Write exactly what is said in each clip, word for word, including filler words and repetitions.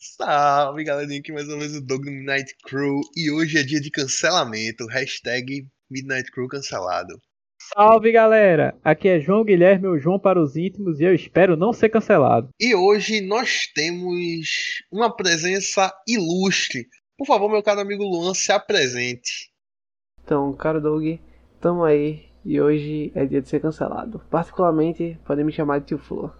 Salve, galerinha, aqui mais uma vez o Doug do Midnight Crew. E hoje é dia de cancelamento. Hashtag Midnight Crew cancelado. Salve, galera! Aqui é João Guilherme, o João para os íntimos, e eu espero não ser cancelado. E hoje nós temos uma presença ilustre. Por favor, meu caro amigo Luan, se apresente. Então, caro Doug, tamo aí e hoje é dia de ser cancelado. Particularmente, podem me chamar de Tio Flor.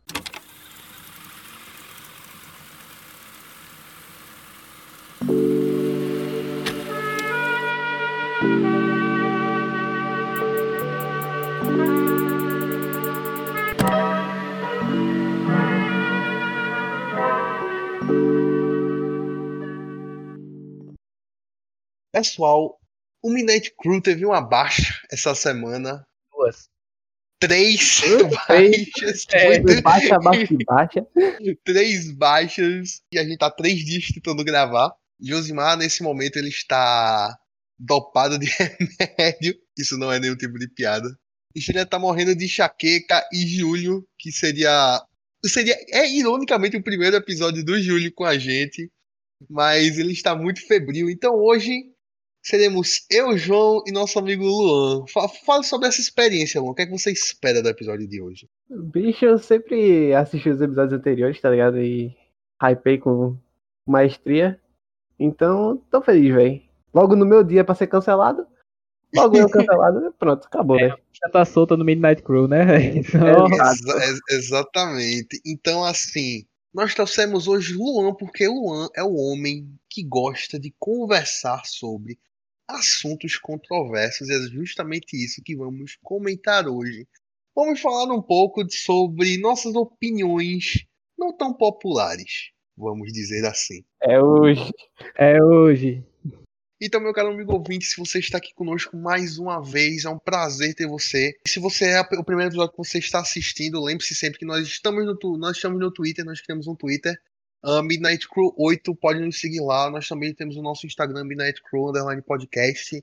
Pessoal, o Midnight Crew teve uma baixa essa semana. Duas. Três Três? baixas. É, Foi- Baixa, baixa e baixa. Três baixas. E a gente tá três dias tentando gravar. Josimar, nesse momento, ele está dopado de remédio. Isso não é nenhum tipo de piada. Estrela tá morrendo de enxaqueca. E Júlio, que seria... seria é ironicamente o primeiro episódio do Júlio com a gente. Mas ele está muito febril. Então hoje seremos eu, João e nosso amigo Luan. Fa- Fale sobre essa experiência, Luan. O que é que você espera do episódio de hoje? Bicho, eu sempre assisti os episódios anteriores, tá ligado? E hypei com maestria. Então, tô feliz, velho. Logo no meu dia pra ser cancelado. Logo eu cancelado, pronto, acabou, né? Já tá solta no Midnight Crew, né, velho? Então, Exato. Exa- ex- exatamente. Então, assim, nós trouxemos hoje Luan, porque Luan é o homem que gosta de conversar sobre assuntos controversos. E é justamente isso que vamos comentar hoje. Vamos falar um pouco de- sobre nossas opiniões não tão populares, vamos dizer assim. É hoje. é hoje. Então, meu caro amigo ouvinte, se você está aqui conosco mais uma vez, é um prazer ter você. E se você é o primeiro episódio que você está assistindo, lembre-se sempre que nós estamos no, tu- nós estamos no Twitter, nós criamos um Twitter, uh, Midnight Crew oito, pode nos seguir lá. Nós também temos o nosso Instagram, Midnight Crew Underline Podcast,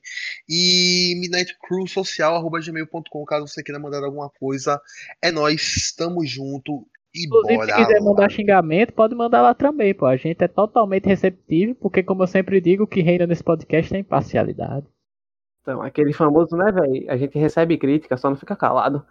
e Midnight Crew Social, arroba gmail ponto com, caso você queira mandar alguma coisa. É nóis, estamos junto e Inclusive, bora se quiser lá. mandar xingamento, pode mandar lá também, pô. A gente é totalmente receptivo, porque, como eu sempre digo, o que reina nesse podcast é imparcialidade. Então, aquele famoso, né, velho? A gente recebe crítica, só não fica calado.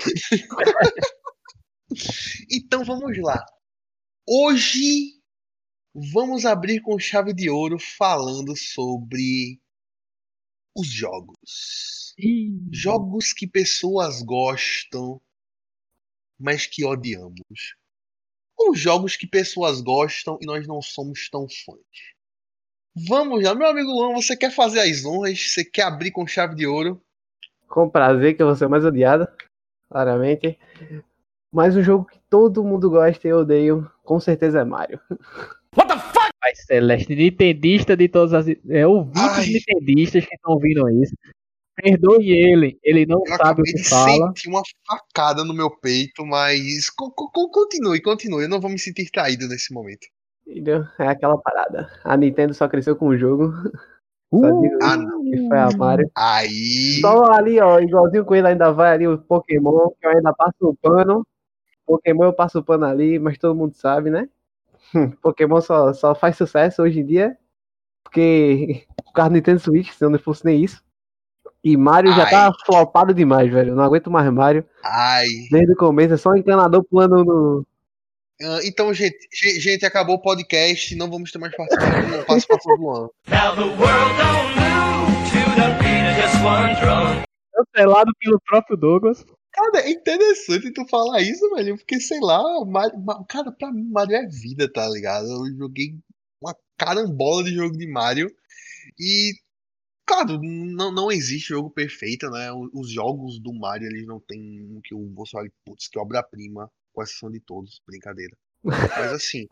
Então vamos lá. Hoje vamos abrir com chave de ouro falando sobre os jogos. Ih, Jogos que pessoas gostam, mas que odiamos. Ou jogos que pessoas gostam e nós não somos tão fãs. Vamos lá, meu amigo Luan, você quer fazer as honras? Você quer abrir com chave de ouro? Com prazer, que eu vou ser o mais odiado, claramente. Mas um jogo que todo mundo gosta e eu odeio, com certeza é Mario. Pai Celeste, nintendista de todas as... É, ouvintes Ai. nintendistas que estão ouvindo isso. Perdoe ele, ele não Eu sabe o acabei que de fala. sentir uma facada no meu peito, mas co- co- co- continue, continue. Eu não vou me sentir traído nesse momento. Entendeu? É aquela parada. A Nintendo só cresceu com o jogo. Só digo Ah, isso, não. que foi a Mario. Aí. Só ali, ó, igualzinho com ele ainda vai ali o Pokémon, que eu ainda passo o pano. Pokémon eu passo o pano ali, mas todo mundo sabe, né? Pokémon só, só faz sucesso hoje em dia, porque o carro do Nintendo Switch, se não fosse nem isso. E Mario já Ai. tá flopado demais, velho. Eu não aguento mais Mario. Ai. Desde o começo, é só um encanador pulando no... Ah, então, gente, ge- gente, acabou o podcast. Não vamos ter mais participação do participação do Luan. Now the world don't move to the beat of just one drum. Cancelado pelo próprio Douglas. Cara, é interessante tu falar isso, velho. Porque, sei lá, Mario, Ma- cara, pra mim, Mario é vida, tá ligado? Eu joguei uma carambola de jogo de Mario. E, claro, não, não existe jogo perfeito, né? O- Os jogos do Mario, eles não tem um que o você olha, putz, que obra-prima, com exceção de todos, brincadeira. Mas assim,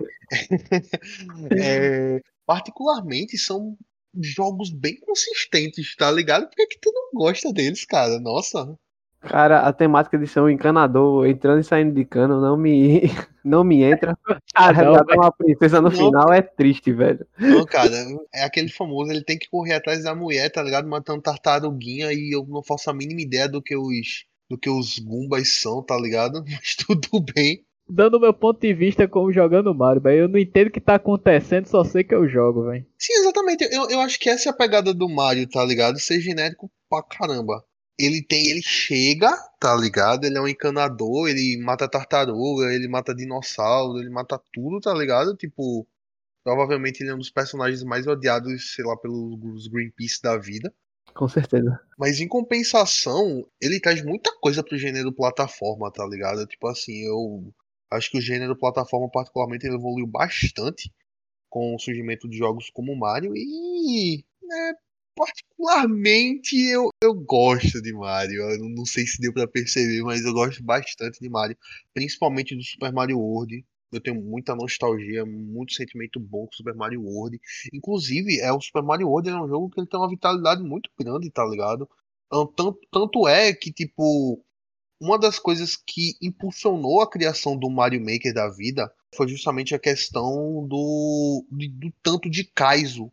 é, particularmente são jogos bem consistentes, tá ligado? Por que, que tu não gosta deles, cara? Nossa. Cara, a temática de ser um encanador entrando e saindo de cano não me, não me entra. Ah, não, Resgatar uma princesa no Não. final é triste, velho. Não, cara, é aquele famoso, ele tem que correr atrás da mulher, tá ligado? Matando tartaruguinha e eu não faço a mínima ideia do que os do que os Goombas são, tá ligado? Mas tudo bem. dando meu ponto de vista como jogando Mario, velho. Eu não entendo o que tá acontecendo, só sei que eu jogo, velho. Sim, exatamente. Eu, eu acho que essa é a pegada do Mario, tá ligado? Ser genérico pra caramba. Ele tem, ele chega, tá ligado? Ele é um encanador, ele mata tartaruga, ele mata dinossauro, ele mata tudo, tá ligado? Tipo, provavelmente ele é um dos personagens mais odiados, sei lá, pelos Greenpeace da vida. Com certeza. Mas em compensação, ele traz muita coisa pro gênero plataforma, tá ligado? Tipo assim, eu acho que o gênero plataforma particularmente ele evoluiu bastante com o surgimento de jogos como Mario e, né, particularmente eu, eu gosto de Mario. Eu não não sei se deu pra perceber, mas eu gosto bastante de Mario, principalmente do Super Mario World. Eu tenho muita nostalgia, muito sentimento bom com Super Mario World. Inclusive, é o Super Mario World é um jogo que ele tem uma vitalidade muito grande, tá ligado? Ah, Tanto, tanto é que, tipo, uma das coisas que impulsionou a criação do Mario Maker da vida foi justamente a questão do, do, do tanto de Kaizo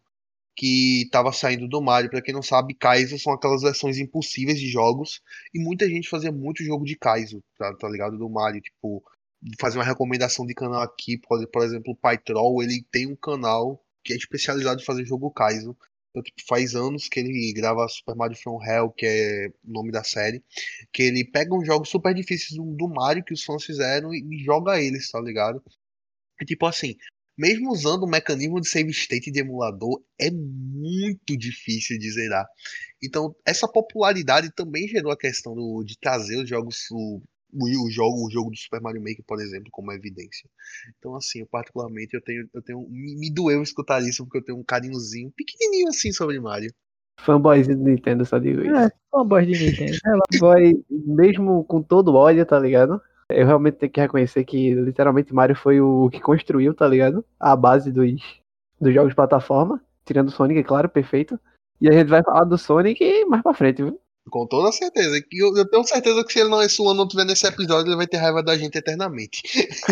que estava saindo do Mario. Pra quem não sabe, Kaizo são aquelas versões impossíveis de jogos e muita gente fazia muito jogo de Kaizo, tá, tá ligado? Do Mario, tipo, fazer uma recomendação de canal aqui, por, por exemplo, o Pytroll, ele tem um canal que é especializado em fazer jogo Kaizo. Então, tipo, faz anos que ele grava Super Mario From Hell, que é o nome da série, que ele pega uns jogos super difíceis do, do Mario que os fãs fizeram e, e joga eles, tá ligado? E tipo assim, mesmo usando o mecanismo de save state de emulador, é muito difícil de zerar. Então, essa popularidade também gerou a questão do, de trazer os jogos, o, o, o jogo, o jogo do Super Mario Maker, por exemplo, como evidência. Então, assim, eu particularmente eu tenho, eu tenho, me, me doeu escutar isso porque eu tenho um carinhozinho pequenininho assim sobre Mario. Fanboyzinho do Nintendo, só digo isso. É, fanboy de Nintendo. sei lá. Fanboy, mesmo com todo o ódio, tá ligado? Eu realmente tenho que reconhecer que literalmente Mario foi o que construiu, tá ligado? A base dos, dos jogos de plataforma. Tirando o Sonic, é claro, perfeito. E a gente vai falar do Sonic mais pra frente, viu? Com toda certeza. E Eu, eu tenho certeza que se ele não, esse ano não tiver nesse episódio, ele vai ter raiva da gente eternamente.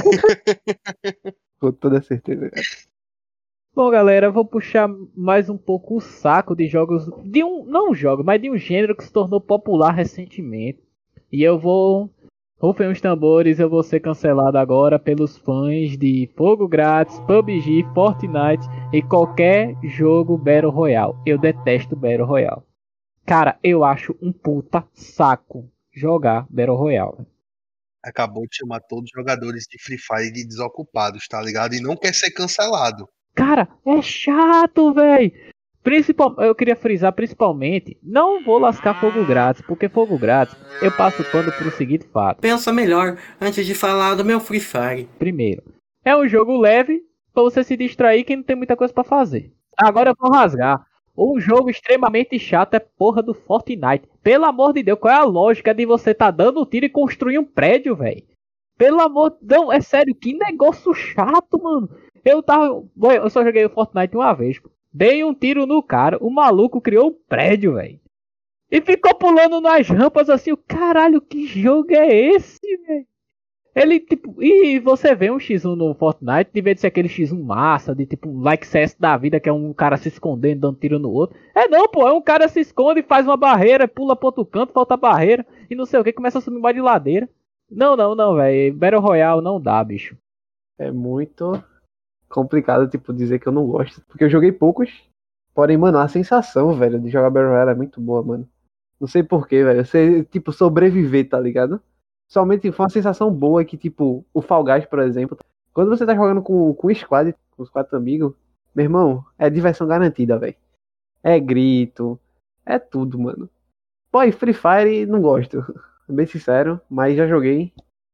Com toda certeza, cara. Bom, galera, eu vou puxar mais um pouco o saco de jogos. De um. Não jogo, mas de um gênero que se tornou popular recentemente. E eu vou. Rufem os tambores, eu vou ser cancelado agora pelos fãs de Fogo Grátis, P U B G, Fortnite e qualquer jogo Battle Royale. Eu detesto Battle Royale. Cara, eu acho um puta saco jogar Battle Royale. Acabou de chamar todos os jogadores de Free Fire de desocupados, tá ligado? E não quer ser cancelado. Cara, é chato, velho. Principal, eu queria frisar principalmente, não vou lascar Fogo Grátis, porque Fogo Grátis eu passo pano pro seguinte fato. Pensa melhor antes de falar do meu Free Fire. Primeiro, é um jogo leve pra você se distrair que não tem muita coisa pra fazer. Agora eu vou rasgar. Um jogo extremamente chato é porra do Fortnite. Pelo amor de Deus, qual é a lógica de você tá dando tiro e construir um prédio, velho? Pelo amor de Deus, é sério, que negócio chato, mano. Eu tava. Eu só joguei o Fortnite uma vez. Pô. Dei um tiro no cara, o maluco criou um prédio, velho. E ficou pulando nas rampas assim. O caralho, que jogo é esse, velho? Ele, tipo. E você vê um xis um no Fortnite, de vez de ser aquele xis um massa, de tipo um like C S da vida, que é um cara se escondendo, dando tiro no outro. É não, pô, é um cara se esconde, faz uma barreira, pula pro outro canto, falta a barreira, e não sei o que, começa a subir mais de ladeira. Não, não, não, velho. Battle Royale não dá, bicho. É muito complicado, tipo, dizer que eu não gosto. Porque eu joguei poucos. Porém, mano, a sensação, velho, de jogar Battle Royale é muito boa, mano. Não sei porquê, velho. Você, tipo, sobreviver, tá ligado? Somente foi uma sensação boa que, tipo, o Fall Guys, por exemplo. Quando você tá jogando com, com o squad, com os quatro amigos, meu irmão, é diversão garantida, velho. É grito, é tudo, mano. Pô, e Free Fire não gosto. Bem sincero, mas já joguei.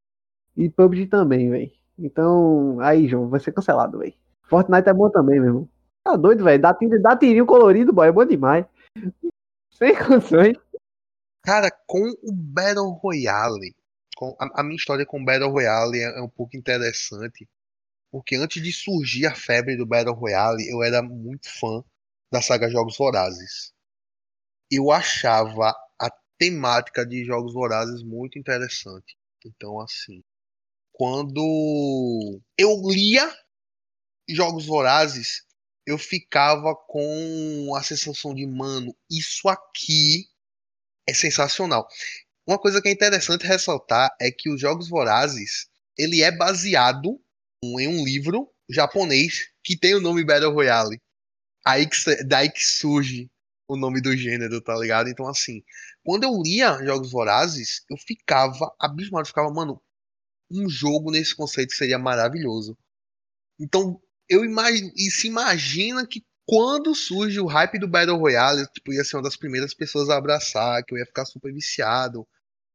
E P U B G também, velho. Então, aí, João, vai ser cancelado, velho. Fortnite é bom também, meu irmão. Tá doido, velho. Dá, tiro, dá tirinho colorido, boy. É bom demais. Sem condições. Cara, com o Battle Royale, com a, a minha história com o Battle Royale é, é um pouco interessante, porque antes de surgir a febre do Battle Royale, eu era muito fã da saga Jogos Vorazes. Eu achava a temática de Jogos Vorazes muito interessante. Então, assim, quando eu lia Jogos Vorazes, eu ficava com a sensação de, mano, isso aqui é sensacional. Uma coisa que é interessante ressaltar é que os Jogos Vorazes, ele é baseado em um livro japonês que tem o nome Battle Royale. Aí que, se- daí que surge o nome do gênero, tá ligado? Então, assim, quando eu lia Jogos Vorazes, eu ficava abismado, eu ficava, mano, um jogo nesse conceito seria maravilhoso. Então, eu imagino, e se imagina que quando surge o hype do Battle Royale, eu, tipo, ia ser uma das primeiras pessoas a abraçar, que eu ia ficar super viciado.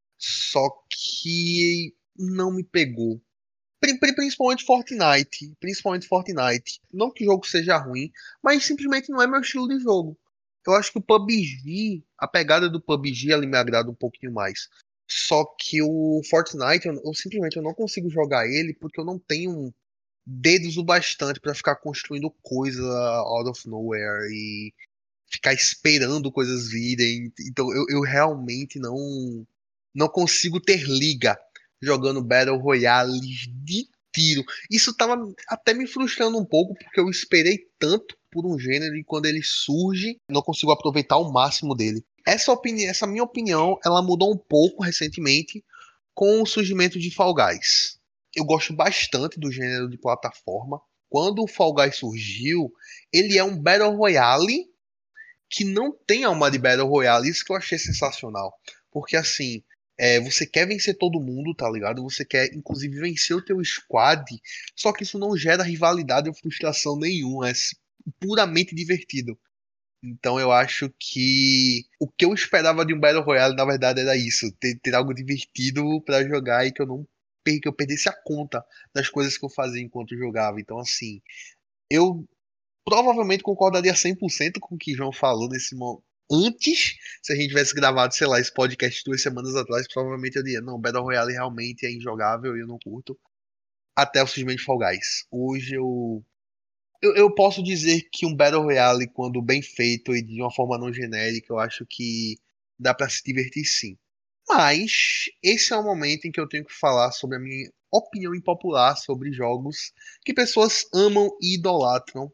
Só que não me pegou. Pri- pri- Principalmente Fortnite. Principalmente Fortnite. Não que o jogo seja ruim, mas simplesmente não é meu estilo de jogo. Eu acho que o P U B G, a pegada do P U B G, ele me agrada um pouquinho mais. Só que o Fortnite, eu, eu simplesmente eu não consigo jogar ele porque eu não tenho dedos o bastante pra ficar construindo coisa out of nowhere e ficar esperando coisas virem. Então eu, eu realmente não não consigo ter liga jogando Battle Royale de tiro. Isso tava até me frustrando um pouco porque eu esperei tanto por um gênero e quando ele surge, não consigo aproveitar o máximo dele. Essa opinião, essa minha opinião, ela mudou um pouco recentemente com o surgimento de Fall Guys. Eu gosto bastante do gênero de plataforma. Quando o Fall Guys surgiu, ele é um Battle Royale que não tem alma de Battle Royale. Isso que eu achei sensacional. Porque assim, é, você quer vencer todo mundo, tá ligado? Você quer, inclusive, vencer o teu squad. Só que isso não gera rivalidade ou frustração nenhuma. É puramente divertido. Então eu acho que o que eu esperava de um Battle Royale, na verdade, era isso. Ter, ter algo divertido pra jogar e que eu não per- que eu perdesse a conta das coisas que eu fazia enquanto jogava. Então, assim, eu provavelmente concordaria cem por cento com o que João falou nesse momento. Antes, se a gente tivesse gravado, sei lá, esse podcast duas semanas atrás, provavelmente eu diria, não, Battle Royale realmente é injogável e eu não curto. Até o surgimento de Fall Guys. Hoje eu, eu. Eu posso dizer que um Battle Royale, quando bem feito e de uma forma não genérica, eu acho que dá pra se divertir sim. Mas esse é o momento em que eu tenho que falar sobre a minha opinião impopular sobre jogos que pessoas amam e idolatram,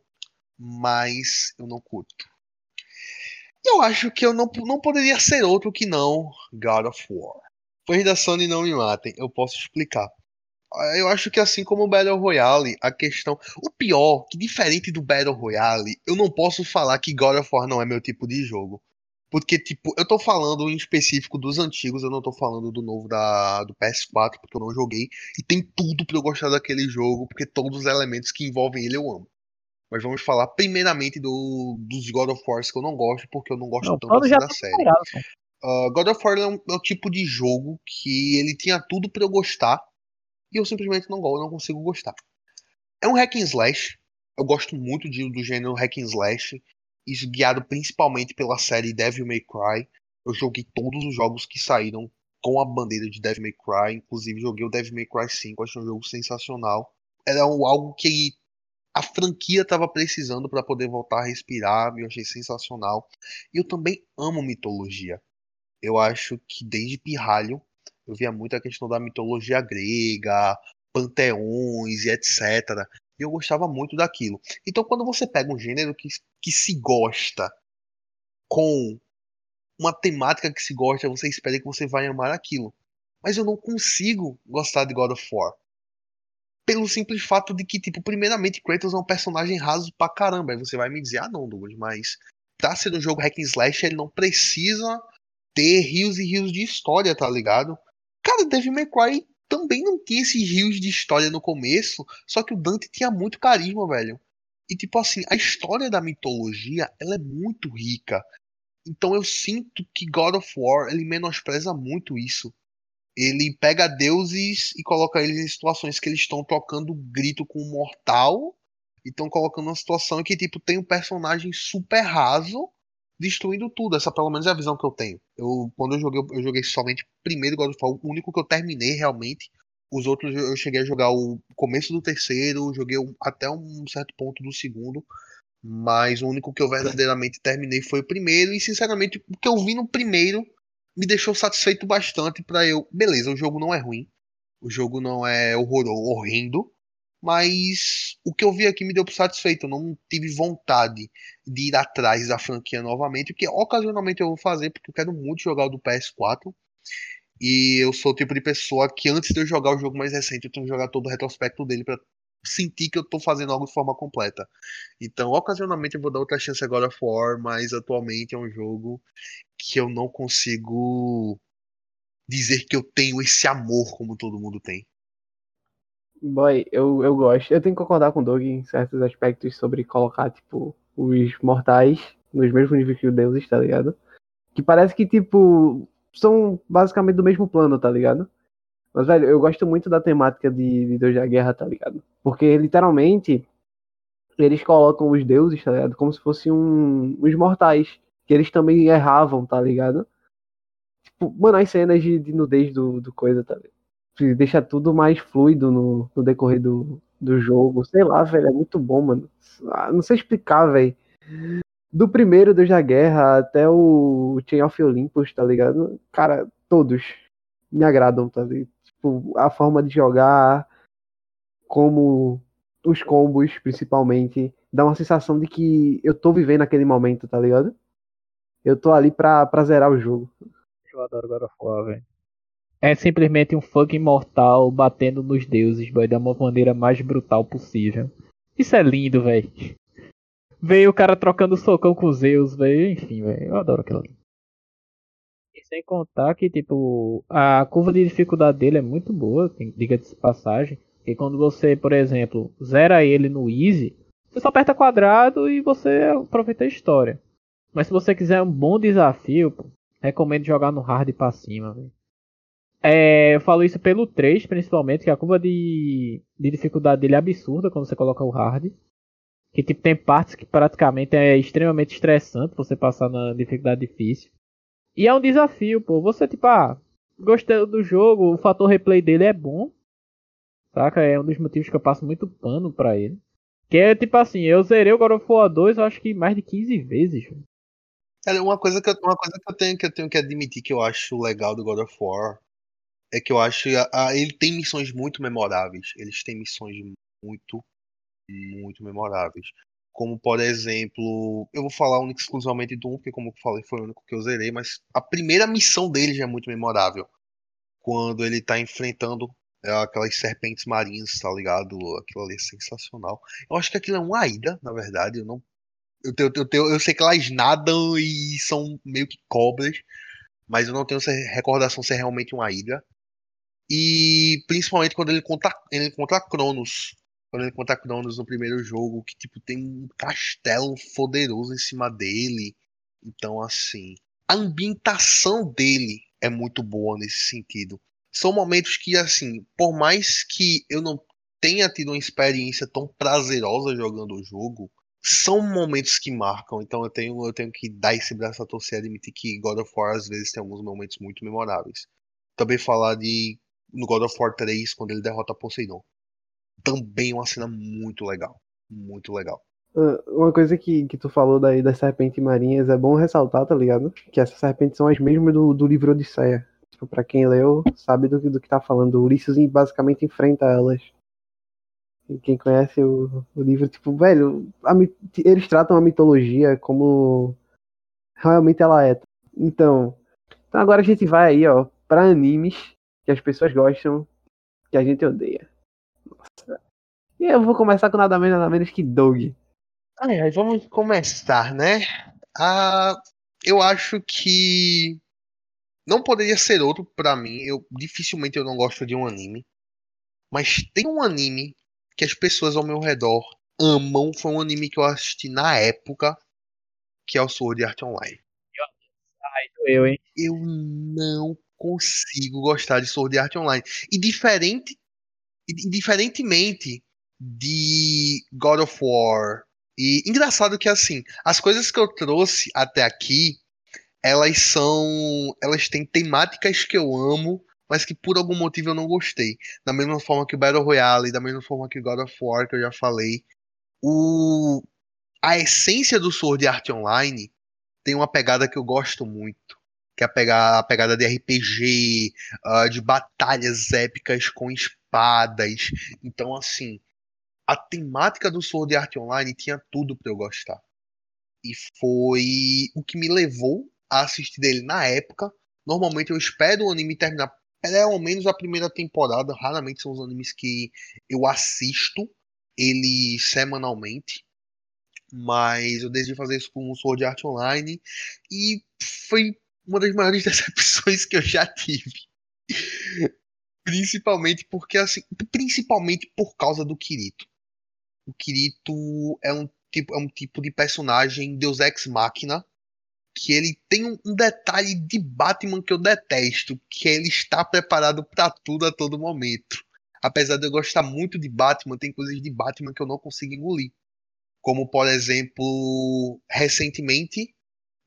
mas eu não curto. Eu acho que eu não, não poderia ser outro que não God of War. Pois da Sony não me matem, eu posso explicar. Ah, eu acho que assim como o Battle Royale, a questão. O pior, que diferente do Battle Royale, eu não posso falar que God of War não é meu tipo de jogo. Porque, tipo, eu tô falando em específico dos antigos, eu não tô falando do novo da, do P S quatro, porque eu não joguei. E tem tudo pra eu gostar daquele jogo, porque todos os elementos que envolvem ele eu amo. Mas vamos falar primeiramente do, dos God of War que eu não gosto, porque eu não gosto Não, o tanto plano assim já da tá série. preparado, pô. Uh, God of War é, um, é o tipo de jogo que ele tinha tudo pra eu gostar, e eu simplesmente não gosto, não consigo gostar. É um hack and slash. Eu gosto muito de, do gênero hack and slash. Isso guiado principalmente pela série Devil May Cry. Eu joguei todos os jogos que saíram com a bandeira de Devil May Cry. Inclusive joguei o Devil May Cry cinco. Achei um jogo sensacional. Era um, algo que a franquia estava precisando para poder voltar a respirar. Eu achei sensacional. E eu também amo mitologia. Eu acho que desde pirralho eu via muito a questão da mitologia grega, panteões e etcétera. E eu gostava muito daquilo. Então, quando você pega um gênero que, que se gosta com uma temática que se gosta, você espera que você vai amar aquilo. Mas eu não consigo gostar de God of War. Pelo simples fato de que, tipo, primeiramente, Kratos é um personagem raso pra caramba. Aí você vai me dizer, ah não, Douglas, mas pra ser um jogo hack and slash, ele não precisa ter rios e rios de história, tá ligado? Cara, Devil May Cry também não tinha esses rios de história no começo, só que o Dante tinha muito carisma, velho. E tipo assim, a história da mitologia, ela é muito rica. Então eu sinto que God of War, ele menospreza muito isso. Ele pega deuses e coloca eles em situações que eles estão trocando grito com um mortal e estão colocando uma situação em que tipo tem um personagem super raso destruindo tudo. Essa pelo menos é a visão que eu tenho. Eu quando eu joguei eu joguei somente primeiro God of War, o único que eu terminei realmente. Os outros eu cheguei a jogar o começo do terceiro, joguei um- até um certo ponto do segundo, mas o único que eu verdadeiramente terminei foi o primeiro e sinceramente o que eu vi no primeiro me deixou satisfeito bastante pra eu. Beleza, o jogo não é ruim, o jogo não é horroroso, horrendo, mas o que eu vi aqui me deu por satisfeito. Eu não tive vontade de ir atrás da franquia novamente, o que ocasionalmente eu vou fazer, porque eu quero muito jogar o do P S quatro. E eu sou o tipo de pessoa que antes de eu jogar o jogo mais recente, eu tenho que jogar todo o retrospecto dele pra sentir que eu tô fazendo algo de forma completa. Então, ocasionalmente eu vou dar outra chance a God of War, mas atualmente é um jogo que eu não consigo dizer que eu tenho esse amor como todo mundo tem. Boy, eu, eu gosto. Eu tenho que concordar com o Doug em certos aspectos sobre colocar, tipo, os mortais nos mesmos níveis que os deuses, tá ligado? Que parece que, tipo, são basicamente do mesmo plano, tá ligado? Mas, velho, eu gosto muito da temática de, de Deus da Guerra, tá ligado? Porque, literalmente, eles colocam os deuses, tá ligado? Como se fossem um, os mortais. Que eles também erravam, tá ligado? Tipo, mano, as cenas de, de nudez do, do coisa, tá ligado? Que deixa tudo mais fluido no, no decorrer do, do jogo. Sei lá, velho, é muito bom, mano. Ah, não sei explicar, velho. Do primeiro Deus da Guerra até o Chain of Olympus, tá ligado? Cara, todos me agradam, tá ligado? Tipo, a forma de jogar, como os combos, principalmente, dá uma sensação de que eu tô vivendo aquele momento, tá ligado? Eu tô ali pra, pra zerar o jogo. Eu adoro God of War, velho. É simplesmente um fucking mortal batendo nos deuses, boy, da maneira mais brutal possível. Isso é lindo, velho. Veio o cara trocando socão com os Zeus, velho. Enfim, velho. Eu adoro aquilo ali. E sem contar que, tipo, a curva de dificuldade dele é muito boa, tem- diga-se de passagem. E quando você, por exemplo, zera ele no Easy, você só aperta quadrado e você aproveita a história. Mas se você quiser um bom desafio, pô, recomendo jogar no hard pra cima, velho. É, eu falo isso pelo três, principalmente, que a curva de, de dificuldade dele é absurda quando você coloca o hard. Que tipo, tem partes que praticamente é extremamente estressante você passar na dificuldade difícil. E é um desafio, pô. Você, tipo, ah, gostei do jogo, o fator replay dele é bom, saca? É um dos motivos que eu passo muito pano pra ele. Que é tipo assim, eu zerei o God of War dois, eu acho que mais de quinze vezes. Velho. Cara, uma coisa que eu, uma coisa que eu tenho que eu tenho que admitir que eu acho legal do God of War é que eu acho a, a- ele tem missões muito memoráveis. Eles têm missões muito, muito memoráveis. Como, por exemplo, eu vou falar única e exclusivamente do um, porque como eu falei, foi o único que eu zerei, mas a primeira missão dele já é muito memorável. Quando ele tá enfrentando é, aquelas serpentes marinhas, tá ligado? Aquilo ali é sensacional. Eu acho que aquilo é uma ilha, na verdade. Eu não. Eu, tenho, eu, tenho, eu sei que elas nadam e são meio que cobras, mas eu não tenho essa recordação se é realmente uma ilha. E principalmente quando ele encontra, ele encontra Cronos. Quando ele encontra Cronos no primeiro jogo, que tipo tem um castelo poderoso em cima dele. Então, assim, a ambientação dele é muito boa nesse sentido. São momentos que, assim, por mais que eu não tenha tido uma experiência tão prazerosa jogando o jogo, são momentos que marcam. Então eu tenho, eu tenho que dar esse braço a torcer e admitir que God of War às vezes tem alguns momentos muito memoráveis. Também falar de no God of War três, quando ele derrota Poseidon. Também é uma cena muito legal. Muito legal. Ah, uma coisa que, que tu falou daí das serpentes marinhas é bom ressaltar, tá ligado? Que essas serpentes são as mesmas do, do livro Odisseia. Tipo, pra quem leu, sabe do, que- do que tá falando. O Ulisses basicamente enfrenta elas. E quem conhece o, o livro, tipo, velho, a mi- eles tratam a mitologia como realmente ela é. Então, então agora a gente vai aí, ó, pra animes que as pessoas gostam, que a gente odeia. E eu vou começar com nada menos nada menos que Doug. Ai, ai, vamos começar, né? Ah, eu acho que não poderia ser outro pra mim. Eu dificilmente eu não gosto de um anime, mas tem um anime que as pessoas ao meu redor amam. Foi um anime que eu assisti na época, que é o Sword Art Online. Ai, eu, hein? Eu não consigo gostar de Sword Art Online. E diferente, e diferentemente de God of War. E engraçado que assim, as coisas que eu trouxe até aqui, elas são, elas têm temáticas que eu amo, mas que por algum motivo eu não gostei. Da mesma forma que o Battle Royale, da mesma forma que o God of War, que eu já falei, o a essência do Sword Art Online tem uma pegada que eu gosto muito, que é a pegada, a pegada de R P G, ah, de batalhas épicas com espadas. Então, assim, a temática do Sword Art Online tinha tudo pra eu gostar. E foi o que me levou a assistir dele na época, Normalmente eu espero o anime terminar pelo menos a primeira temporada. Raramente são os animes que eu assisto ele semanalmente. Mas eu decidi fazer isso com o Sword Art Online. E foi uma das maiores decepções que eu já tive. Principalmente porque assim, principalmente por causa do Kirito. O Kirito é um tipo, é um tipo de personagem Deus Ex Machina, que ele tem um, um detalhe de Batman que eu detesto, que é ele está preparado para tudo a todo momento. Apesar de eu gostar muito de Batman, tem coisas de Batman que eu não consigo engolir. Como, por exemplo, recentemente,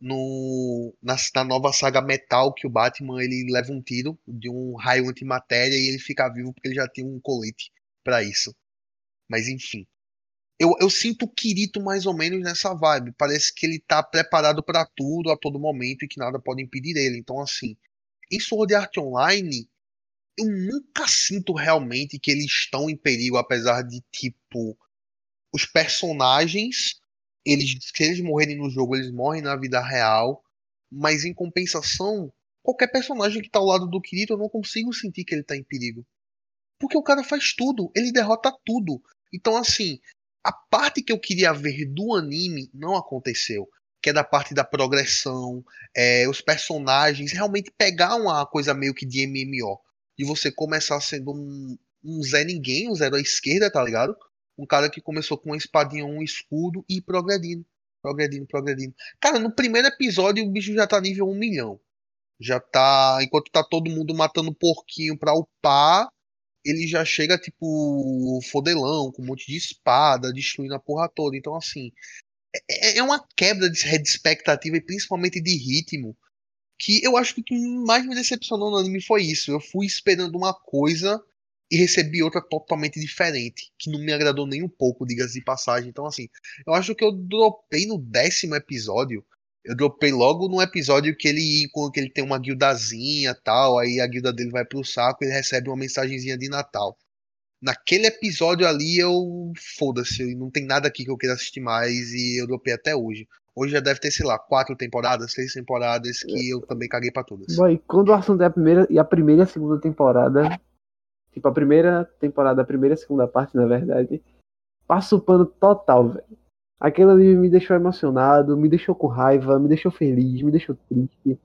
no, na, na nova saga Metal, que o Batman ele leva um tiro de um raio antimatéria e ele fica vivo porque ele já tem um colete para isso. Mas enfim. Eu, eu sinto o Kirito mais ou menos nessa vibe. Parece que ele tá preparado pra tudo a todo momento e que nada pode impedir ele. Então, assim, em Sword Art Online, eu nunca sinto realmente que eles estão em perigo, apesar de, tipo, os personagens, eles, se eles morrerem no jogo, eles morrem na vida real. Mas, em compensação, qualquer personagem que tá ao lado do Kirito, eu não consigo sentir que ele tá em perigo. Porque o cara faz tudo, ele derrota tudo. Então, assim, a parte que eu queria ver do anime não aconteceu. Que é da parte da progressão, é, os personagens, realmente pegar uma coisa meio que de M M O. E você começar sendo um, um Zé Ninguém, um zero à esquerda, tá ligado? Um cara que começou com uma espadinha, um escudo e ir progredindo. Progredindo, progredindo. Cara, no primeiro episódio o bicho já tá nível um milhão. Já tá. Enquanto tá todo mundo matando porquinho pra upar, ele já chega, tipo, fodelão, com um monte de espada, destruindo a porra toda. Então, assim, é, é uma quebra de, de expectativa e principalmente de ritmo, que eu acho que o que mais me decepcionou no anime foi isso. Eu fui esperando uma coisa e recebi outra totalmente diferente, que não me agradou nem um pouco, diga-se de passagem. Então, assim, eu acho que eu dropei no décimo episódio. Eu dropei logo no episódio que ele, que ele tem uma guildazinha e tal, aí a guilda dele vai pro saco e ele recebe uma mensagenzinha de Natal. Naquele episódio ali eu. Foda-se, não tem nada aqui que eu queira assistir mais e eu dropei até hoje. Hoje já deve ter, sei lá, quatro temporadas, seis temporadas que eu também caguei pra todas. Boy, quando o assunto é a primeira e a primeira e a segunda temporada, tipo, a primeira temporada, a primeira e a segunda parte, na verdade, passa o pano total, velho. Aquilo ali me deixou emocionado, me deixou com raiva, me deixou feliz, me deixou triste.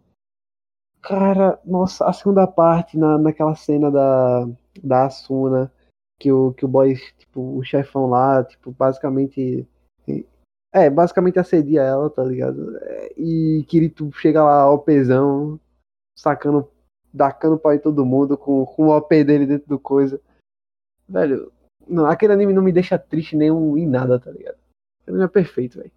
Cara, nossa, a segunda parte, na, naquela cena da, da Asuna, que o, que o boy, tipo, o chefão lá, tipo, basicamente. É, basicamente assedia ela, tá ligado? É, e Kirito chega lá, O Pzão, sacando, dacando pau em todo mundo, com, com o O P dele dentro do coisa. Velho, não, aquele anime não me deixa triste nenhum em nada, tá ligado? Ele é perfeito, velho.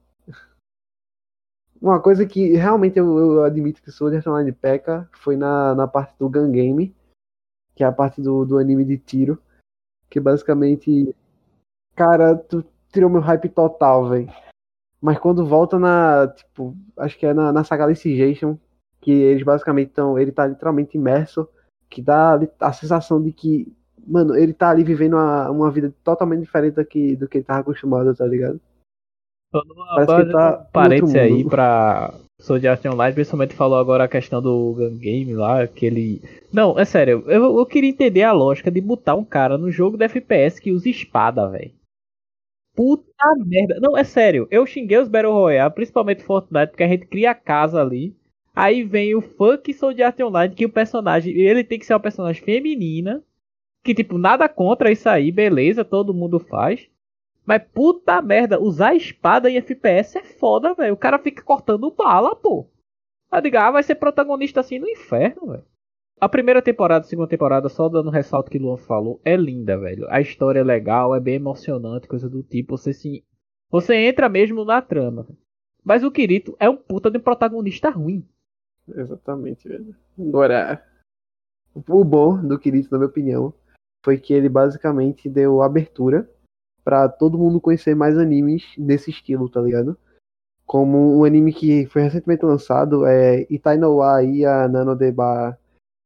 Uma coisa que realmente eu, eu admito que Sword Art Online peca foi na, na parte do Gun Game, que é a parte do, do anime de tiro, que basicamente, cara, tu tirou meu hype total, velho. Mas quando volta na, tipo, acho que é na, na saga Alicization, que eles basicamente estão, ele tá literalmente imerso, que dá a sensação de que, mano, ele tá ali vivendo uma, uma vida totalmente diferente do que, do que ele tava acostumado, tá ligado? Parece que ele tá um parênteses em outro aí mundo. pra Sword Art Online, principalmente falou agora a questão do Gun Game lá, que ele... Não, é sério, eu, eu queria entender a lógica de botar um cara no jogo de F P S que usa espada, velho. Puta merda. Não, é sério, eu xinguei os Battle Royale, principalmente Fortnite, porque a gente cria a casa ali. Aí vem o funk Sword Art Online, que o personagem, ele tem que ser uma personagem feminina, que tipo, nada contra isso aí, beleza, todo mundo faz. Mas puta merda, usar espada em F P S é foda, velho. O cara fica cortando bala, pô. Eu digo, ah, vai ser protagonista assim no inferno, velho. A primeira temporada, a segunda temporada, só dando ressalto que o Luan falou, é linda, velho. A história é legal, é bem emocionante, coisa do tipo. Você se... Você entra mesmo na trama. Mas o Kirito é um puta de um protagonista ruim. Exatamente, velho. Agora, o bom do Kirito, na minha opinião, foi que ele basicamente deu abertura pra todo mundo conhecer mais animes desse estilo, tá ligado? Como um anime que foi recentemente lançado, é Itai no wa Ia Nano Deba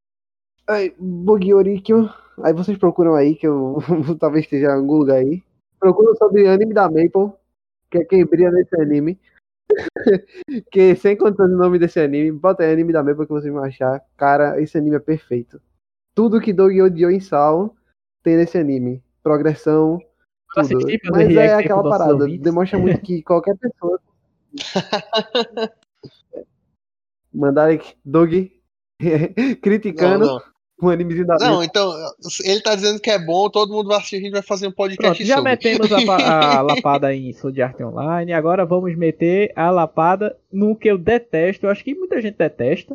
Bogiorikyo. Aí vocês procuram aí, que eu talvez esteja em algum lugar aí. Procuram sobre anime da Maple, que é quem brilha nesse anime. Que sem contar o nome desse anime, bota aí anime da Meba que vocês vão achar. Cara, esse anime é perfeito. Tudo que Doug odiou em Sal tem nesse anime. Progressão, Eu tudo. assisti fazer Mas é react aí aquela pros nossos parada, ouvintes. demonstra muito que qualquer pessoa. Mandarem Doug criticando Não, não. um animezinho da Não, Meba. então, ele tá dizendo que é bom, todo mundo vai assistir, a gente vai fazer um podcast Pronto, já sobre. metemos a, pa- a lapada em Sword Art Online. Agora vamos meter a lapada no que eu detesto. Eu acho que muita gente detesta.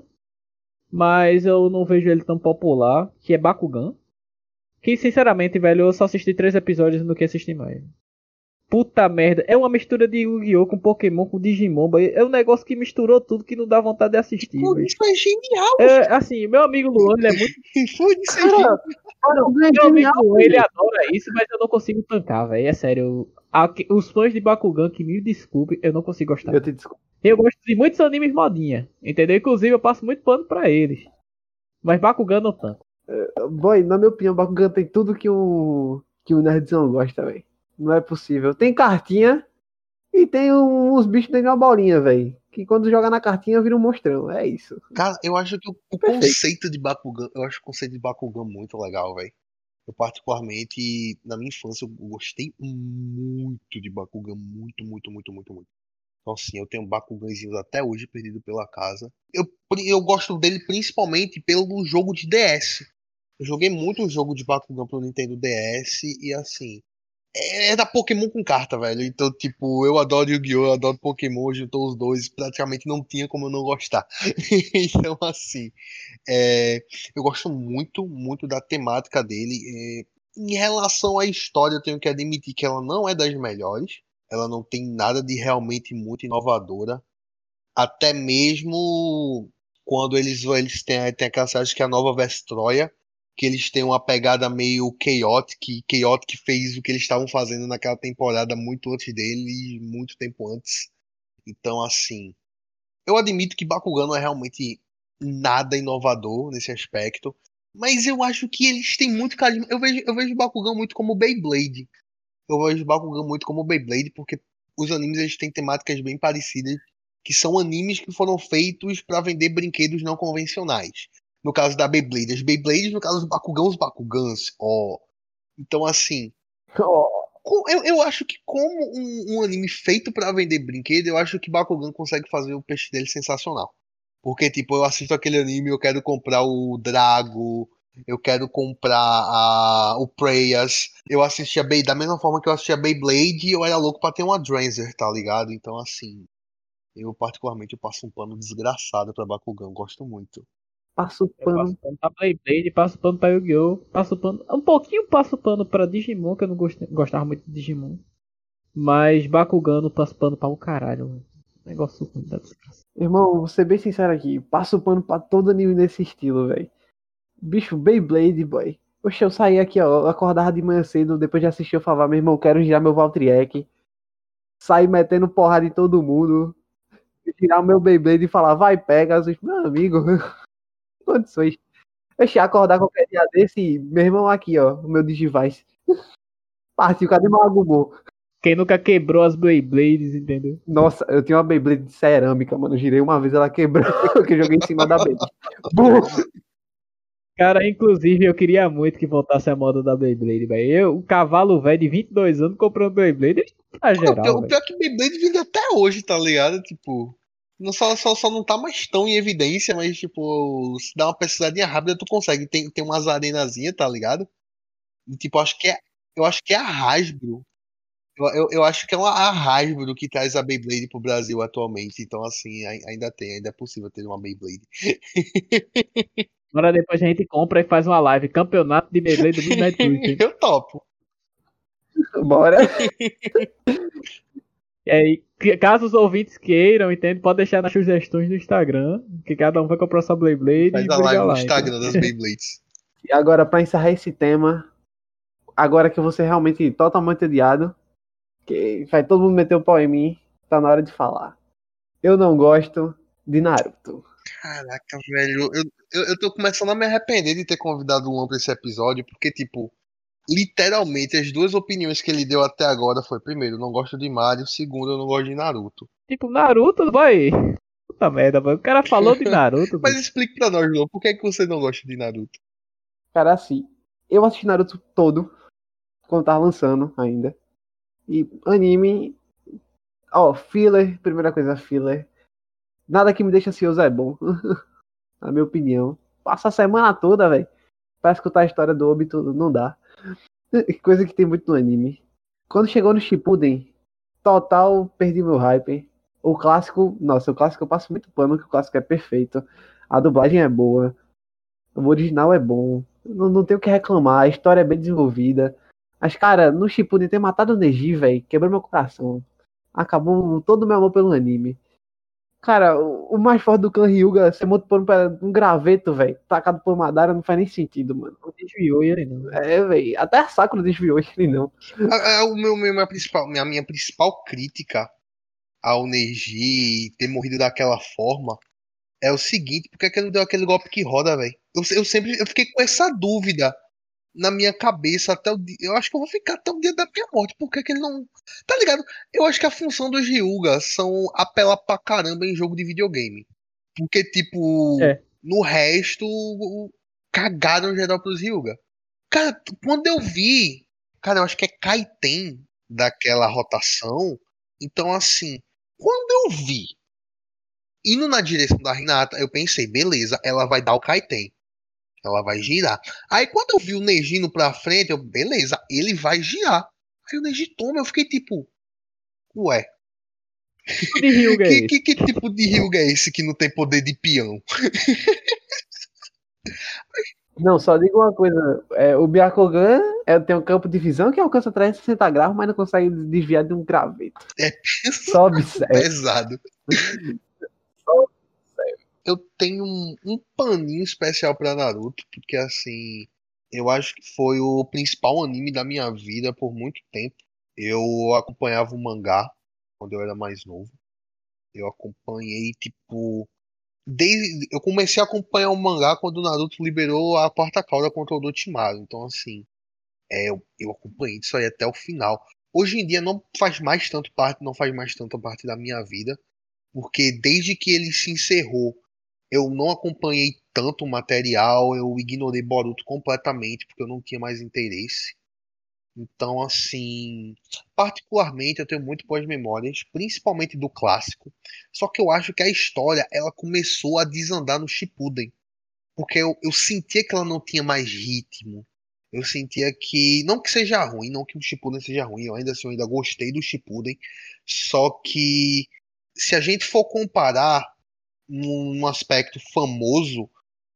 Mas eu não vejo ele tão popular. Que é Bakugan. Que sinceramente, velho, eu só assisti três episódios no que assisti mais. Puta merda. É uma mistura de Yu-Gi-Oh! Com Pokémon, com Digimon. boy. É um negócio que misturou tudo que não dá vontade de assistir. Por velho. isso é genial, É, assim, meu amigo Luan, ele é muito. por isso é genial. Cara, Não, é meu amigo genial, Luan, ele velho. adora isso, mas eu não consigo tancar, velho. É sério. A- Os fãs de Bakugan, que me desculpem, eu não consigo gostar. Eu te desculpo. Eu gosto de muitos animes modinha, entendeu? Inclusive eu passo muito pano pra eles. Mas Bakugan não tanto. Boy, na minha opinião, o Bakugan tem tudo que o, que o nerdzão gosta, velho. Não é possível. Tem cartinha e tem um- uns bichos dentro de uma bolinha, velho. Que quando joga na cartinha vira um monstrão. É isso. Cara, eu acho que o, o Perfeito. conceito de Bakugan, eu acho o conceito de Bakugan muito legal, velho. Eu particularmente, na minha infância, eu gostei muito de Bakugan, muito, muito, muito, muito, muito. Então assim, eu tenho Bakuganzinhos até hoje perdido pela casa. Eu, eu gosto dele principalmente pelo jogo de D S. Eu joguei muito o jogo de Bakugan pro Nintendo D S e assim, é é da Pokémon com carta, velho. Então, tipo, eu adoro Yu-Gi-Oh!, eu adoro Pokémon, juntou os dois, praticamente não tinha como eu não gostar. Então, assim, é, eu gosto muito, muito da temática dele. É, em relação à história, eu tenho que admitir que ela não é das melhores. Ela não tem nada de realmente muito inovadora. Até mesmo quando eles, eles têm, têm aquela série que é a Nova Vestroia, que eles têm uma pegada meio chaotic, que chaotic fez o que eles estavam fazendo naquela temporada muito antes dele, muito tempo antes. Então, assim, eu admito que Bakugan não é realmente nada inovador nesse aspecto, mas eu acho que eles têm muito carisma. Eu vejo, eu vejo Bakugan muito como Beyblade. Eu vejo Bakugan muito como Beyblade, porque os animes eles têm temáticas bem parecidas, que são animes que foram feitos para vender brinquedos não convencionais. No caso da Beyblade, as Beyblades, no caso dos Bakugan, os Bakugans, ó. Então, assim, Ó, co- eu, eu acho que como um, um anime feito para vender brinquedo, eu acho que Bakugan consegue fazer o peixe dele sensacional. Porque, tipo, eu assisto aquele anime, eu quero comprar o Drago, eu quero comprar a, o Preyas. Eu assistia Bey, da mesma forma que eu assistia Beyblade, eu era louco pra ter uma Drancer, tá ligado? Então, assim, eu particularmente eu passo um pano desgraçado pra Bakugan, gosto muito. passo Eu passo pano. pano pra Beyblade, passo pano pra Yu-Gi-Oh! Passo pano. Um pouquinho passo pano pra Digimon, que eu não gost- gostava muito de Digimon. Mas Bakugan eu passo pano pra o caralho, mano. Negócio ruim da desgraça. Irmão, vou ser bem sincero aqui. Passo pano pra todo anime nesse estilo, velho. Bicho, Beyblade, boy. Poxa, eu saí aqui, ó. Eu acordava de manhã cedo, depois de assistir, eu falava, meu irmão, quero girar meu Valtryek. Sair metendo porrada em todo mundo. Tirar o meu Beyblade e falar, vai, pega. Às vezes, meu amigo, condições. Deixa eu acordar qualquer dia desse, e, meu irmão, aqui, ó, o meu Digivice. Partiu, cadê meu Agumon? Quem nunca quebrou as Beyblades, entendeu? Nossa, eu tinha uma Beyblade de cerâmica, mano. Eu girei uma vez, ela quebrou, que eu joguei em cima da Beyblade. Bum! Cara, inclusive eu queria muito que voltasse a moda da Beyblade, velho. Eu, o cavalo velho de vinte e dois anos comprou uma Beyblade, tá O pior, geral, o velho. pior é que Beyblade vende até hoje, tá ligado? Tipo, não só, só, só não tá mais tão em evidência, mas, tipo, se dá uma pesquisadinha rápida, tu consegue. Tem, tem umas arenazinhas, tá ligado? E, tipo, acho que é, eu acho que é a Hasbro. Eu, eu, eu acho que é uma, a Hasbro que traz a Beyblade pro Brasil atualmente. Então, assim, ai- ainda tem, ainda é possível ter uma Beyblade. Agora depois a gente compra e faz uma live. Campeonato de Beyblade do Midnight Tuesday. Eu topo. Bora. E aí, que- caso os ouvintes queiram, entende? Pode deixar nas sugestões do Instagram. Que cada um vai comprar sua Beyblade Faz e a briga live no lá. Instagram entendeu? das Beyblades. E agora, pra encerrar esse tema, agora que eu vou ser realmente totalmente odiado, que vai todo mundo meter o pau em mim, tá na hora de falar. Eu não gosto de Naruto. Caraca, velho, eu, eu, eu tô começando a me arrepender de ter convidado o Luan pra esse episódio, porque, tipo, literalmente, as duas opiniões que ele deu até agora foi: primeiro, eu não gosto de Mario, segundo, eu não gosto de Naruto. Tipo, Naruto, vai. Puta merda, mano. O cara falou de Naruto, Mas bicho. explique pra nós, João, por que, é que você não gosta de Naruto? Cara, assim, eu assisti Naruto todo, quando tava lançando ainda. E anime, ó, filler, primeira coisa, filler. Nada que me deixa ansioso é bom, na minha opinião. Passa a semana toda, velho, pra escutar a história do Obito, não dá. Coisa que tem muito no anime. Quando chegou no Shippuden, total, perdi meu hype. O clássico, nossa, o clássico eu passo muito pano, que o clássico é perfeito. A dublagem é boa, o original é bom. Não, não tenho o que reclamar, a história é bem desenvolvida. Mas, cara, no Shippuden ter matado o Neji, velho, quebrou meu coração. Acabou todo o meu amor pelo anime. Cara, o, o mais forte do clã Hyuga ser morto por um, um graveto, velho, tacado por Madara, não faz nem sentido, mano. Não desviou ele, não. É, velho, até a Sakura desviou ele, não. A, a, o meu, meu- minha, principal, minha, minha principal crítica ao Neji ter morrido daquela forma é o seguinte: por que, é que ele não deu aquele golpe que roda, velho? Eu, eu sempre eu fiquei com essa dúvida na minha cabeça até o dia. Eu acho que eu vou ficar até o dia da minha morte. Por que, que ele não. Tá ligado? Eu acho que a função dos Ryuga são apelar pra caramba em jogo de videogame. Porque, tipo, É. no resto, cagaram geral pros Ryuga. Cara, quando eu vi, cara, eu acho que é Kaiten daquela rotação. Então, assim, quando eu vi indo na direção da Hinata, eu pensei, beleza, ela vai dar o Kaiten. Ela vai girar. Aí quando eu vi o Neji indo pra frente, eu, beleza, ele vai girar. Aí o Neji toma, eu fiquei tipo, ué, Que tipo de Hyuga é que, esse? que, que tipo de Ryuga é esse que não tem poder de peão? Não, só digo uma coisa. É, o Byakugan é, tem um campo de visão que alcança trezentos e sessenta graus, mas não consegue desviar de um graveto. É Só observe. pesado. Eu tenho um, um paninho especial pra Naruto, porque assim, eu acho que foi o principal anime da minha vida por muito tempo. Eu acompanhava o mangá quando eu era mais novo. Eu acompanhei, tipo, desde eu comecei a acompanhar o mangá quando o Naruto liberou a quarta cauda contra o Orochimaru. Então, assim, é, eu, eu acompanhei isso aí até o final. Hoje em dia não faz mais tanto parte, não faz mais tanta parte da minha vida, porque desde que ele se encerrou, eu não acompanhei tanto o material, eu ignorei Boruto completamente, porque eu não tinha mais interesse. Então, assim, particularmente eu tenho muito boas memórias, principalmente do clássico. Só que eu acho que a história ela começou a desandar no Shippuden, porque eu, eu sentia que ela não tinha mais ritmo. Eu sentia que, não que seja ruim, não que o Shippuden seja ruim, eu ainda assim eu ainda gostei do Shippuden. Só que se a gente for comparar num aspecto famoso,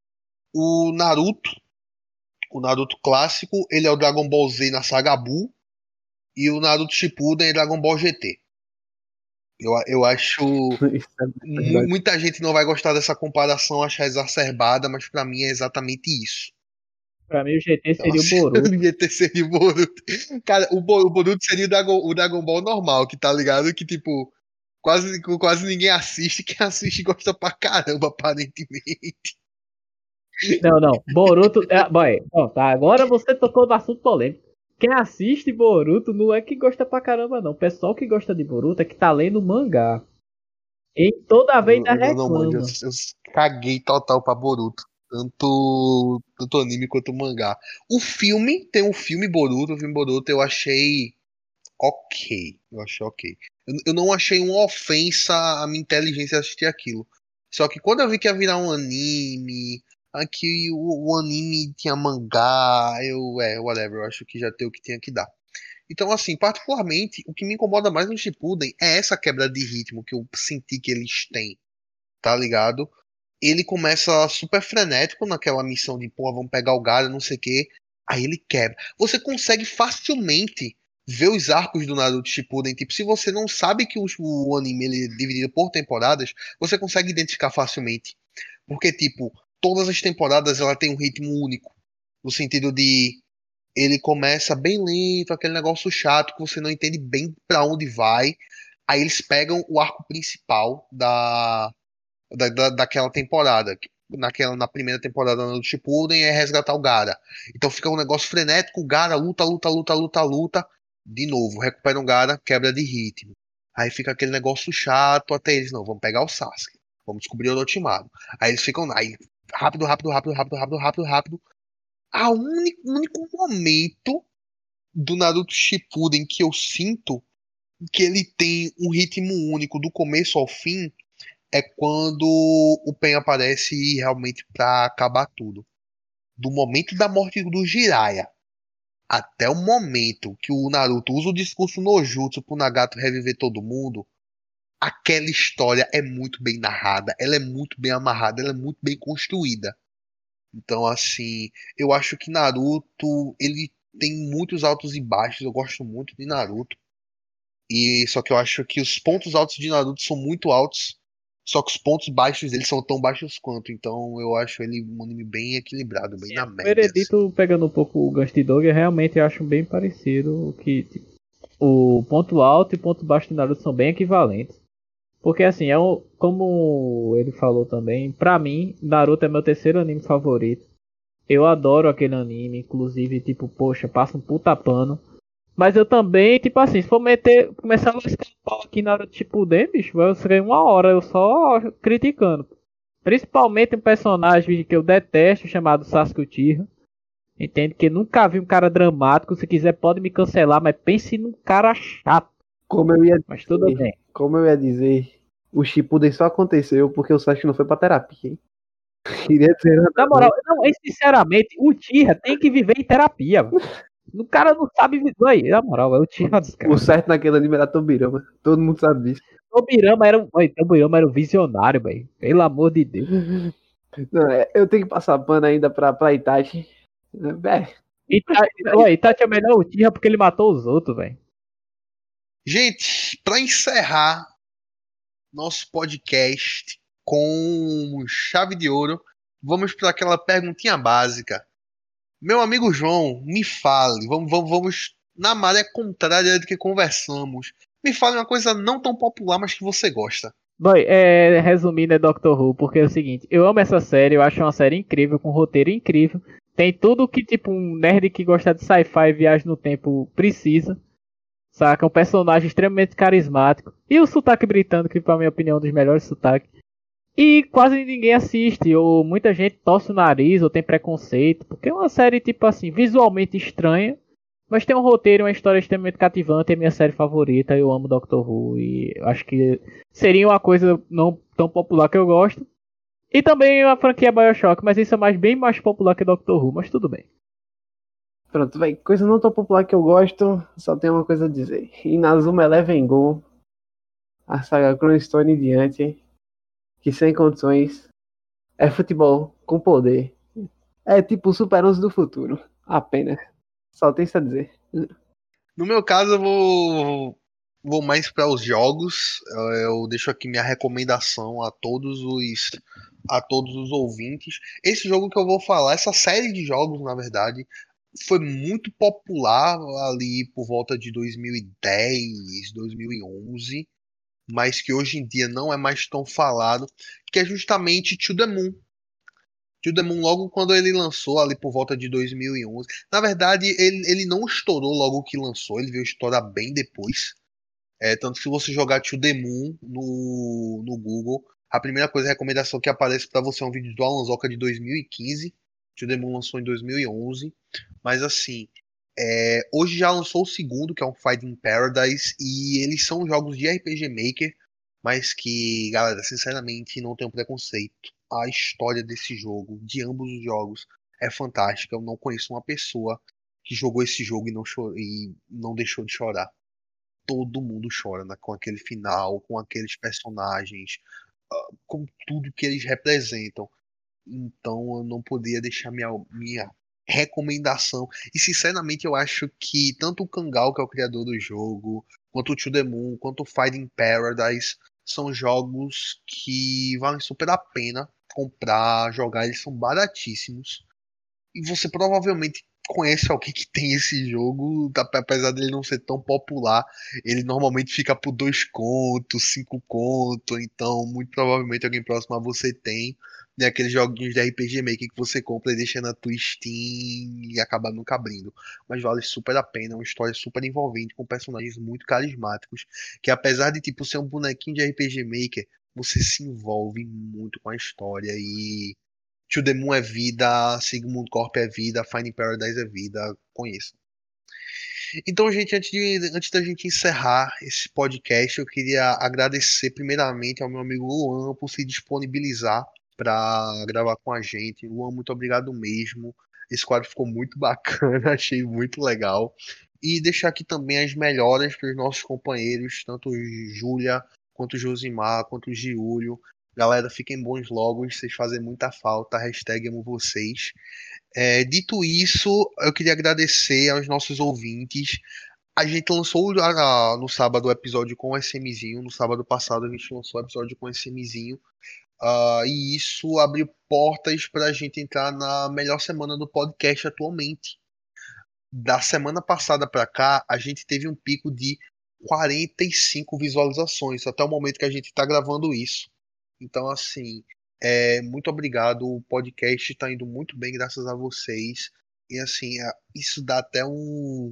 o Naruto, o Naruto clássico, ele é o Dragon Ball Z na saga Buu. E o Naruto Shippuden é Dragon Ball G T. Eu, eu acho. Isso é mu- verdade. Muita gente não vai gostar dessa comparação, achar exacerbada, mas pra mim é exatamente isso. Pra mim o G T Então, seria o assim, o Boruto. G T seria o Boruto. Cara, o, Bo- o Boruto seria o Dragon, o Dragon Ball normal, que tá ligado? Que, tipo, quase, quase ninguém assiste. Quem assiste gosta pra caramba, aparentemente. Não, não. Boruto. É, boy, ó, tá, agora você tocou no assunto polêmico. Quem assiste Boruto não é que gosta pra caramba, não. O pessoal que gosta de Boruto é que tá lendo mangá. E toda vez Eu, ainda eu não manjo, eu, reclama. eu caguei total pra Boruto. Tanto, tanto anime quanto mangá. O filme, tem um filme Boruto, o filme Boruto eu achei ok. Eu achei ok. Eu, eu não achei uma ofensa à minha inteligência assistir aquilo. Só que quando eu vi que ia virar um anime, aqui o, o anime tinha mangá, eu, é, whatever, eu acho que já tem o que tinha que dar. Então, assim, particularmente, o que me incomoda mais no Shippuden é essa quebra de ritmo que eu senti que eles têm, tá ligado? Ele começa super frenético naquela missão de, pô, vamos pegar o galho, não sei o quê. Aí ele quebra. Você consegue facilmente ver os arcos do Naruto Shippuden. Tipo, se você não sabe que o, o anime ele é dividido por temporadas, você consegue identificar facilmente. Porque, tipo, todas as temporadas ela tem um ritmo único. No sentido de ele começa bem lento, aquele negócio chato que você não entende bem pra onde vai. Aí eles pegam o arco principal da, da, da- daquela temporada. naquela, na primeira temporada do Shippuden é resgatar o Gaara. Então fica um negócio frenético, o Gaara luta, luta, luta, luta, luta. De novo, recupera o Gaara, quebra de ritmo. Aí fica aquele negócio chato até eles, não, vamos pegar o Sasuke. Vamos descobrir o Orochimaru. Aí eles ficam aí, rápido, rápido, rápido, rápido, rápido, rápido, rápido. Ah, o único, único momento do Naruto Shippuden que eu sinto que ele tem um ritmo único do começo ao fim é quando o Pen aparece realmente pra acabar tudo. Do momento da morte do Jiraiya até o momento que o Naruto usa o discurso no Jutsu pro Nagato reviver todo mundo, aquela história é muito bem narrada, ela é muito bem amarrada, ela é muito bem construída. Então, assim, eu acho que Naruto, ele tem muitos altos e baixos, eu gosto muito de Naruto. E só que eu acho que os pontos altos de Naruto são muito altos, só que os pontos baixos dele são tão baixos quanto. Então eu acho ele um anime bem equilibrado, bem na O média. Assim. Veredito, pegando um pouco o Ghost Dog, eu realmente acho bem parecido. Que tipo, o ponto alto e o ponto baixo de Naruto são bem equivalentes. Porque assim, é um, como ele falou também, pra mim, Naruto é meu terceiro anime favorito. Eu adoro aquele anime, inclusive, tipo, poxa, passa um puta pano. Mas eu também, tipo assim, se for meter, começar a lascar o pau aqui na hora de Shippuden, bicho, eu serei uma hora eu só criticando. Principalmente um personagem que eu detesto, chamado Sasuke Uchiha. Entende? Que nunca vi um cara dramático, se quiser pode me cancelar, mas pense num cara chato. Como eu ia Mas tudo dizer, bem. como eu ia dizer, o Shippuden só aconteceu porque o Sasuke não foi pra terapia, hein? Queria dizer nada Na moral, não, é, sinceramente, o Uchiha tem que viver em terapia, mano. O cara não sabe viver. Na moral, é o Uchiha dos O caras. certo naquele anime era Tobirama. Todo mundo sabe disso. Tobirama era um. Oi, Tobirama era um visionário, velho. Pelo amor de Deus. Não, é, eu tenho que passar pano ainda pra, pra Itachi. É, Ita... Oi, Itachi é o melhor Uchiha porque ele matou os outros, velho. Gente, pra encerrar nosso podcast com chave de ouro, vamos para aquela perguntinha básica. Meu amigo João, me fale, vamos, vamos, vamos na maré contrária do que conversamos. Me fale uma coisa não tão popular, mas que você gosta. Boy, é, resumindo, é Doctor Who, porque é o seguinte, eu amo essa série, eu acho uma série incrível, com um roteiro incrível, tem tudo que, tipo, um nerd que gosta de sci-fi e viagem no tempo precisa, saca? Um personagem extremamente carismático, e o sotaque britânico, que, pra minha opinião, é um dos melhores sotaques, e quase ninguém assiste, ou muita gente torce o nariz, ou tem preconceito, porque é uma série, tipo assim, visualmente estranha, mas tem um roteiro e uma história extremamente cativante, é minha série favorita, eu amo Doctor Who, e acho que seria uma coisa não tão popular que eu gosto. E também a franquia BioShock, mas isso é mais, bem mais popular que Doctor Who, mas tudo bem. pronto, velho. Coisa não tão popular que eu gosto, só tenho uma coisa a dizer. Inazuma Eleven Go, a saga Chrono Stone em diante, que sem condições, é futebol com poder. É tipo o Super onze do futuro, apenas. Só tem isso a dizer. No meu caso, eu vou, vou mais para os jogos. Eu, eu deixo aqui minha recomendação a todos os a todos os ouvintes. Esse jogo que eu vou falar, essa série de jogos, na verdade, foi muito popular ali por volta de dois mil e dez, dois mil e onze, mas que hoje em dia não é mais tão falado, que é justamente To The Moon. To The Moon, logo quando ele lançou, ali por volta de dois mil e onze. Na verdade, ele, ele não estourou logo que lançou, ele veio estourar bem depois. É, tanto que se você jogar To The Moon no, no Google, a primeira coisa, a recomendação que aparece para você é um vídeo do Alan Zoka de dois mil e quinze. To The Moon lançou em dois mil e onze. Mas assim, é, hoje já lançou o segundo, que é um Fighting Paradise, e eles são jogos de R P G Maker, mas que, galera, sinceramente, não tenho preconceito. A história desse jogo, de ambos os jogos, é fantástica. Eu não conheço uma pessoa que jogou esse jogo e não, chor e não deixou de chorar. Todo mundo chora, né, com aquele final, com aqueles personagens, uh, com tudo que eles representam. Então eu não podia deixar minha, minha recomendação. E sinceramente eu acho que tanto o Kangal, que é o criador do jogo, quanto o To The Moon, quanto o Fighting Paradise são jogos que valem super a pena comprar, jogar, eles são baratíssimos. E você provavelmente conhece alguém que tem esse jogo, apesar dele não ser tão popular, ele normalmente fica por dois contos, cinco contos, então muito provavelmente alguém próximo a você tem. nem aqueles joguinhos de R P G Maker que você compra e deixa na tua Steam e acaba nunca abrindo. Mas vale super a pena, é uma história super envolvente, com personagens muito carismáticos, que apesar de tipo ser um bonequinho de R P G Maker, você se envolve muito com a história. E To The Moon é vida, Sigmund Corp é vida, Finding Paradise é vida, conheço. Então, gente, antes, de, antes da gente encerrar esse podcast, eu queria agradecer primeiramente ao meu amigo Luan por se disponibilizar para gravar com a gente. Luan, muito obrigado mesmo. Esse quadro ficou muito bacana, achei muito legal. E deixar aqui também as melhoras para os nossos companheiros, tanto Júlia, quanto Josimar, quanto Giúlio. Galera, fiquem bons logos, vocês fazem muita falta. Hashtag amo vocês. É, dito isso, eu queria agradecer aos nossos ouvintes. A gente lançou ah, no sábado o episódio com o SMzinho. No sábado passado a gente lançou o episódio com o SMzinho. Uh, e isso abriu portas para a gente entrar na melhor semana do podcast atualmente. Da semana passada para cá, a gente teve um pico de quarenta e cinco visualizações até o momento que a gente está gravando isso. Então, assim, é, muito obrigado. O podcast está indo muito bem graças a vocês. E, assim, é, isso dá até um,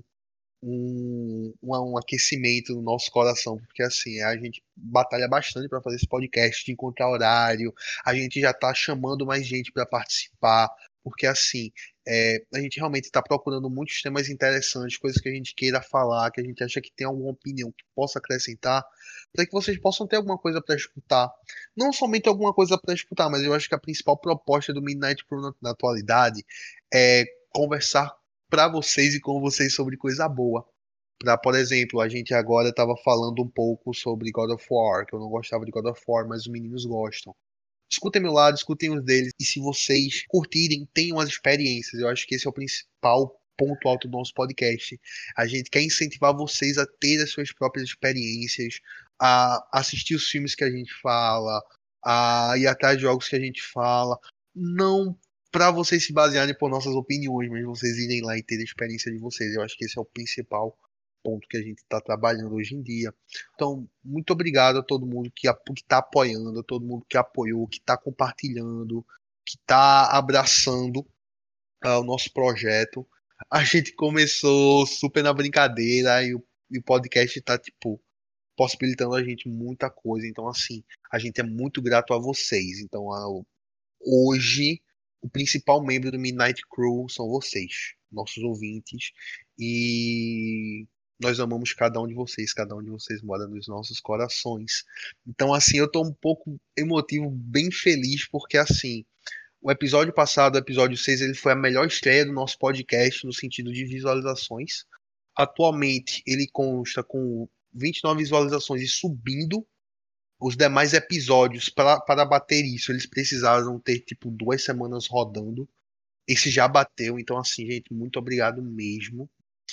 um, um, um aquecimento no nosso coração, porque, assim, a gente batalha bastante para fazer esse podcast, de encontrar horário. A gente já está chamando mais gente para participar, porque, assim, é, a gente realmente está procurando muitos temas interessantes, coisas que a gente queira falar, que a gente acha que tem alguma opinião que possa acrescentar, para que vocês possam ter alguma coisa para escutar. Não somente alguma coisa para escutar, mas eu acho que a principal proposta do Midnight Crew na, na atualidade é conversar para vocês e com vocês sobre coisa boa. Pra, por exemplo, a gente agora estava falando um pouco sobre God of War, que eu não gostava de God of War, mas os meninos gostam. Escutem meu lado, escutem os deles, e se vocês curtirem, tenham as experiências. Eu acho que esse é o principal ponto alto do nosso podcast. A gente quer incentivar vocês a ter as suas próprias experiências, a assistir os filmes que a gente fala, a ir atrás de jogos que a gente fala. Não para vocês se basearem por nossas opiniões, mas vocês irem lá e terem a experiência de vocês. Eu acho que esse é o principal ponto que a gente está trabalhando hoje em dia. Então, muito obrigado a todo mundo que está apoiando, a todo mundo que apoiou, que está compartilhando, que está abraçando uh, o nosso projeto. A gente começou super na brincadeira e o, e o podcast está, tipo, possibilitando a gente muita coisa. Então, assim, a gente é muito grato a vocês. Então, uh, hoje, o principal membro do Midnight Crew são vocês, nossos ouvintes, e nós amamos cada um de vocês, cada um de vocês mora nos nossos corações. Então, assim, eu tô um pouco emotivo, bem feliz, porque, assim, o episódio passado, o episódio seis, ele foi a melhor estreia do nosso podcast no sentido de visualizações. Atualmente, ele consta com vinte e nove visualizações e subindo. Os demais episódios, pra, para bater isso, eles precisaram ter, tipo, duas semanas rodando. Esse já bateu, então, assim, gente, muito obrigado mesmo.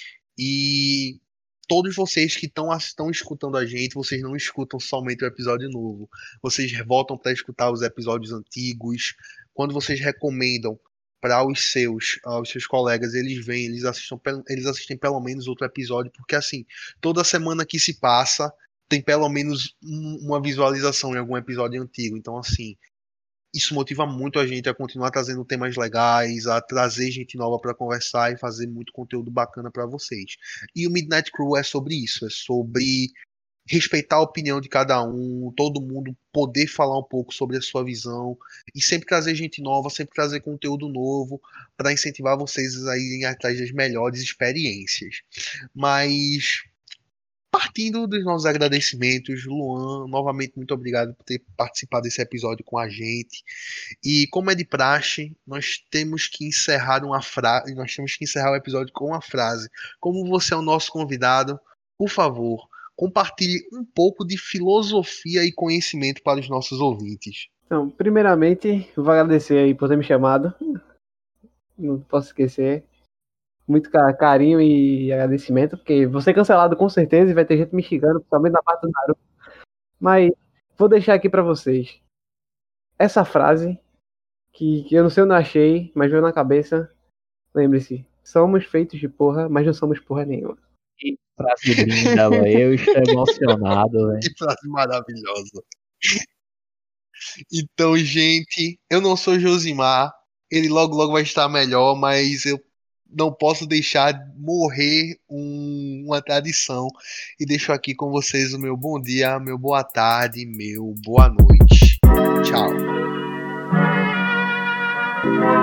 E todos vocês que estão estão escutando a gente, vocês não escutam somente o episódio novo. Vocês voltam para escutar os episódios antigos. Quando vocês recomendam para os seus, aos seus colegas, eles vêm, eles assistem, eles assistem pelo menos outro episódio, porque assim, toda semana que se passa, tem pelo menos um, uma visualização em algum episódio antigo. Então, assim, isso motiva muito a gente a continuar trazendo temas legais, a trazer gente nova para conversar e fazer muito conteúdo bacana para vocês. E o Midnight Crew é sobre isso, é sobre respeitar a opinião de cada um, todo mundo poder falar um pouco sobre a sua visão e sempre trazer gente nova, sempre trazer conteúdo novo para incentivar vocês a irem atrás das melhores experiências. Mas partindo dos nossos agradecimentos, Luan, novamente muito obrigado por ter participado desse episódio com a gente. E como é de praxe, nós temos que encerrar uma frase, nós temos que encerrar o episódio com uma frase. Como você é o nosso convidado, por favor, compartilhe um pouco de filosofia e conhecimento para os nossos ouvintes. Então, primeiramente, vou agradecer aí por ter me chamado. Não posso esquecer. Muito carinho e agradecimento, porque vou ser cancelado com certeza e vai ter gente me xingando, principalmente na parte do Naruto. Mas vou deixar aqui pra vocês essa frase, que, que eu não sei onde eu achei, mas veio na cabeça. Lembre-se, somos feitos de porra, mas não somos porra nenhuma. Que frase linda, velho. Eu estou emocionado, velho. Que frase maravilhosa. Então, gente, eu não sou Josimar. Ele logo logo vai estar melhor, mas eu não posso deixar morrer um- uma tradição. E deixo aqui com vocês o meu bom dia, meu boa tarde, meu boa noite. Tchau.